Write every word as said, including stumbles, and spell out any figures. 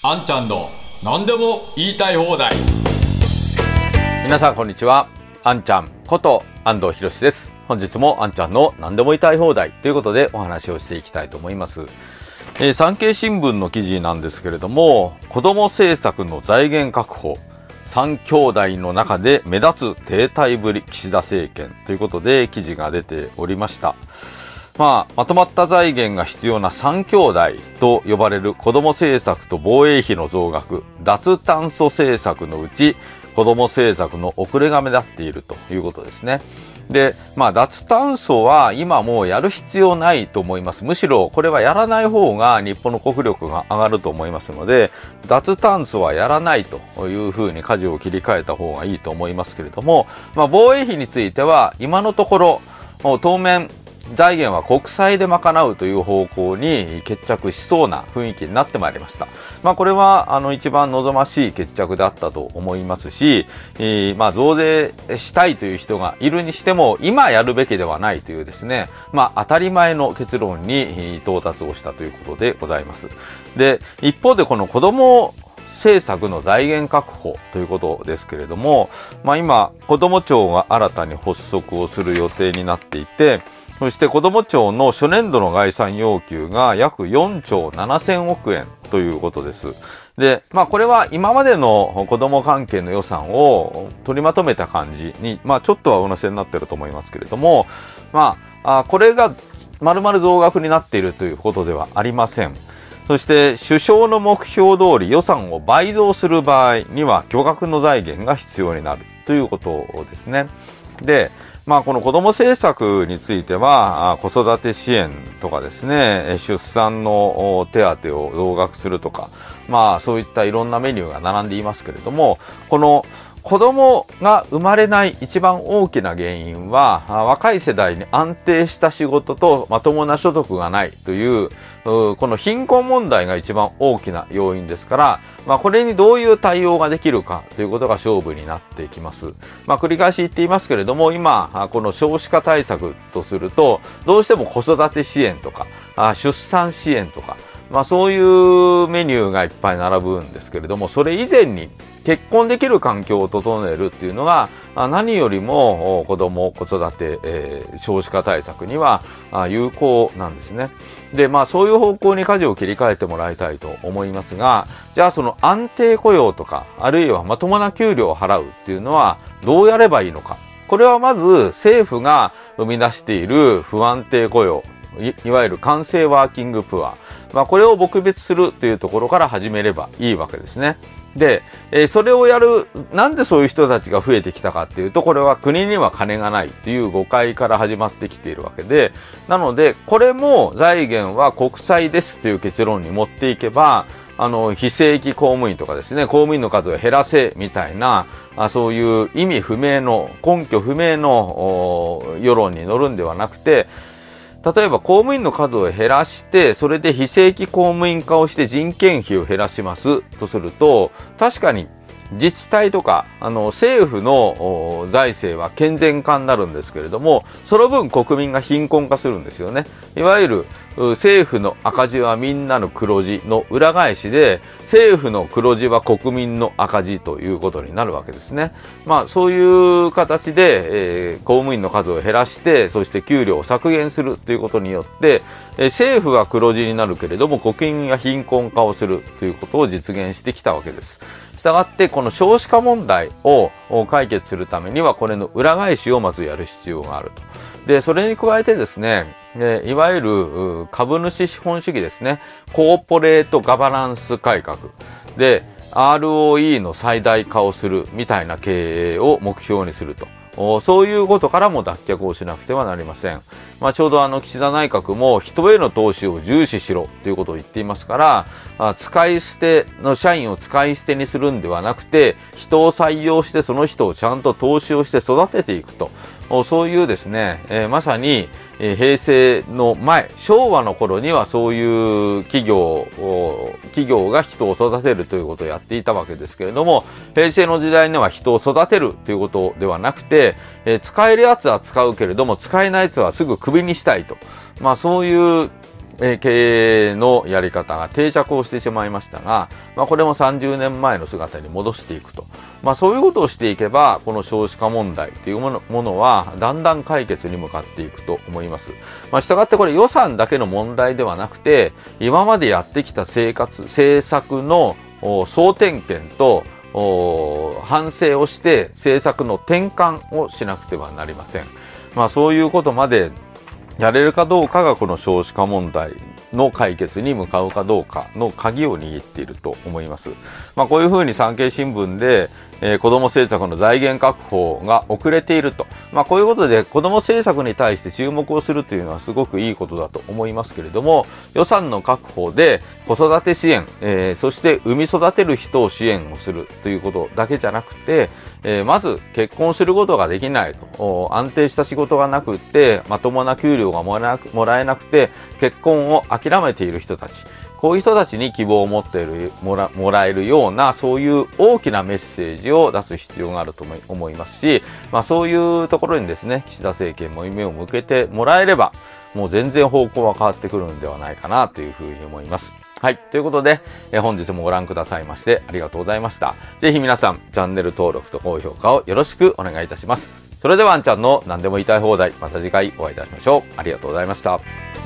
あんちゃんの何でも言いたい放題。 皆さんこんにちは。あんちゃんこと安藤博です。本日もあんちゃんの何でも言いたい放題ということでお話をしていきたいと思います。えー、産経新聞の記事なんですけれども、子ども政策の財源確保、三兄弟の中で目立つ停滞ぶり岸田政権ということで記事が出ておりました。まあ、まとまった財源が必要な三兄弟と呼ばれる子ども政策と防衛費の増額、脱炭素政策のうち子ども政策の遅れが目立っているということですね。で、まあ、脱炭素は今もうやる必要ないと思います。むしろこれはやらない方が日本の国力が上がると思いますので、脱炭素はやらないというふうに舵を切り替えた方がいいと思いますけれども、まあ、防衛費については今のところ当面財源は国債で賄うという方向に決着しそうな雰囲気になってまいりました。まあこれはあの一番望ましい決着であったと思いますし、えー、まあ増税したいという人がいるにしても今やるべきではないというですね、まあ当たり前の結論に到達をしたということでございます。で、一方でこの子ども政策の財源確保ということですけれども、まあ今子ども庁が新たに発足をする予定になっていて、そして子ども庁の初年度の概算要求が約よんちょうななせんおくえんということです。で、まあこれは今までの子ども関係の予算を取りまとめた感じに、まあちょっとは上乗せになっていると思いますけれども、まあ、これが丸々増額になっているということではありません。そして首相の目標通り予算を倍増する場合には巨額の財源が必要になるということですね。で、まあこの子ども政策については子育て支援とかですね、出産の手当を増額するとか、まあそういったいろんなメニューが並んでいますけれども、この子供が生まれない一番大きな原因は若い世代に安定した仕事とまともな所得がないというこの貧困問題が一番大きな要因ですから、まあ、これにどういう対応ができるかということが勝負になってきます。まあ、繰り返し言っていますけれども、今この少子化対策とするとどうしても子育て支援とか出産支援とか、まあ、そういうメニューがいっぱい並ぶんですけれども、それ以前に結婚できる環境を整えるっていうのが何よりも子ども子育て、えー、少子化対策には有効なんですね。で、まあそういう方向に舵を切り替えてもらいたいと思いますが、じゃあその安定雇用とかあるいはまともな給料を払うっていうのはどうやればいいのか。これはまず政府が生み出している不安定雇用、い, いわゆる官製ワーキングプア、まあ、これを撲滅するというところから始めればいいわけですね。で、えー、それをやる、なんでそういう人たちが増えてきたかっていうと、これは国には金がないという誤解から始まってきているわけで、なのでこれも財源は国債ですという結論に持っていけば、あの非正規公務員とかですね、公務員の数を減らせみたいな、あそういう意味不明の根拠不明の世論に乗るんではなくて、例えば公務員の数を減らしてそれで非正規公務員化をして人件費を減らしますとすると、確かに自治体とかあの政府の財政は健全化になるんですけれども、その分国民が貧困化するんですよね。いわゆる政府の赤字はみんなの黒字の裏返しで、政府の黒字は国民の赤字ということになるわけですね。まあそういう形で、えー、公務員の数を減らして、そして給料を削減するということによって、えー、政府は黒字になるけれども国民が貧困化をするということを実現してきたわけです。したがってこの少子化問題を解決するためにはこれの裏返しをまずやる必要があると。で、それに加えてですね、いわゆる株主資本主義ですね、コーポレートガバナンス改革で アールオーイー の最大化をするみたいな経営を目標にすると。そういうことからも脱却をしなくてはなりません。まあ、ちょうどあの岸田内閣も人への投資を重視しろということを言っていますから、使い捨ての社員を使い捨てにするんではなくて、人を採用してその人をちゃんと投資をして育てていくと。そういうですね、えー、まさに、えー、平成の前、昭和の頃にはそういう企業、企業が人を育てるということをやっていたわけですけれども、平成の時代には人を育てるということではなくて、えー、使えるやつは使うけれども、使えないやつはすぐクビにしたいと。まあそういうえー、経営のやり方が定着をしてしまいましたが、まあ、これもさんじゅうねんまえの姿に戻していくと。まあ、そういうことをしていけば、この少子化問題というもの、ものは、だんだん解決に向かっていくと思います。まあ、したがってこれ予算だけの問題ではなくて、今までやってきた生活、政策の総点検と、反省をして政策の転換をしなくてはなりません。まあ、そういうことまでやれるかどうかがこの少子化問題の解決に向かうかどうかの鍵を握っていると思います。まあ、こういうふうに産経新聞で、えー、子ども政策の財源確保が遅れていると。まあ、こういうことで子ども政策に対して注目をするというのはすごくいいことだと思いますけれども、予算の確保で子育て支援、えー、そして産み育てる人を支援をするということだけじゃなくて、えー、まず結婚することができないと、安定した仕事がなくってまともな給料がもらもらえなくて結婚を諦めている人たち、こういう人たちに希望を持っているもらもらえるような、そういう大きなメッセージを出す必要があると思いますし、まあ、そういうところにですね、岸田政権も目を向けてもらえれば、もう全然方向は変わってくるんではないかなというふうに思います。はい。ということで、え本日もご覧くださいましてありがとうございました。ぜひ皆さん、チャンネル登録と高評価をよろしくお願いいたします。それではあんちゃんの何でも言いたい放題、また次回お会いいたしましょう。ありがとうございました。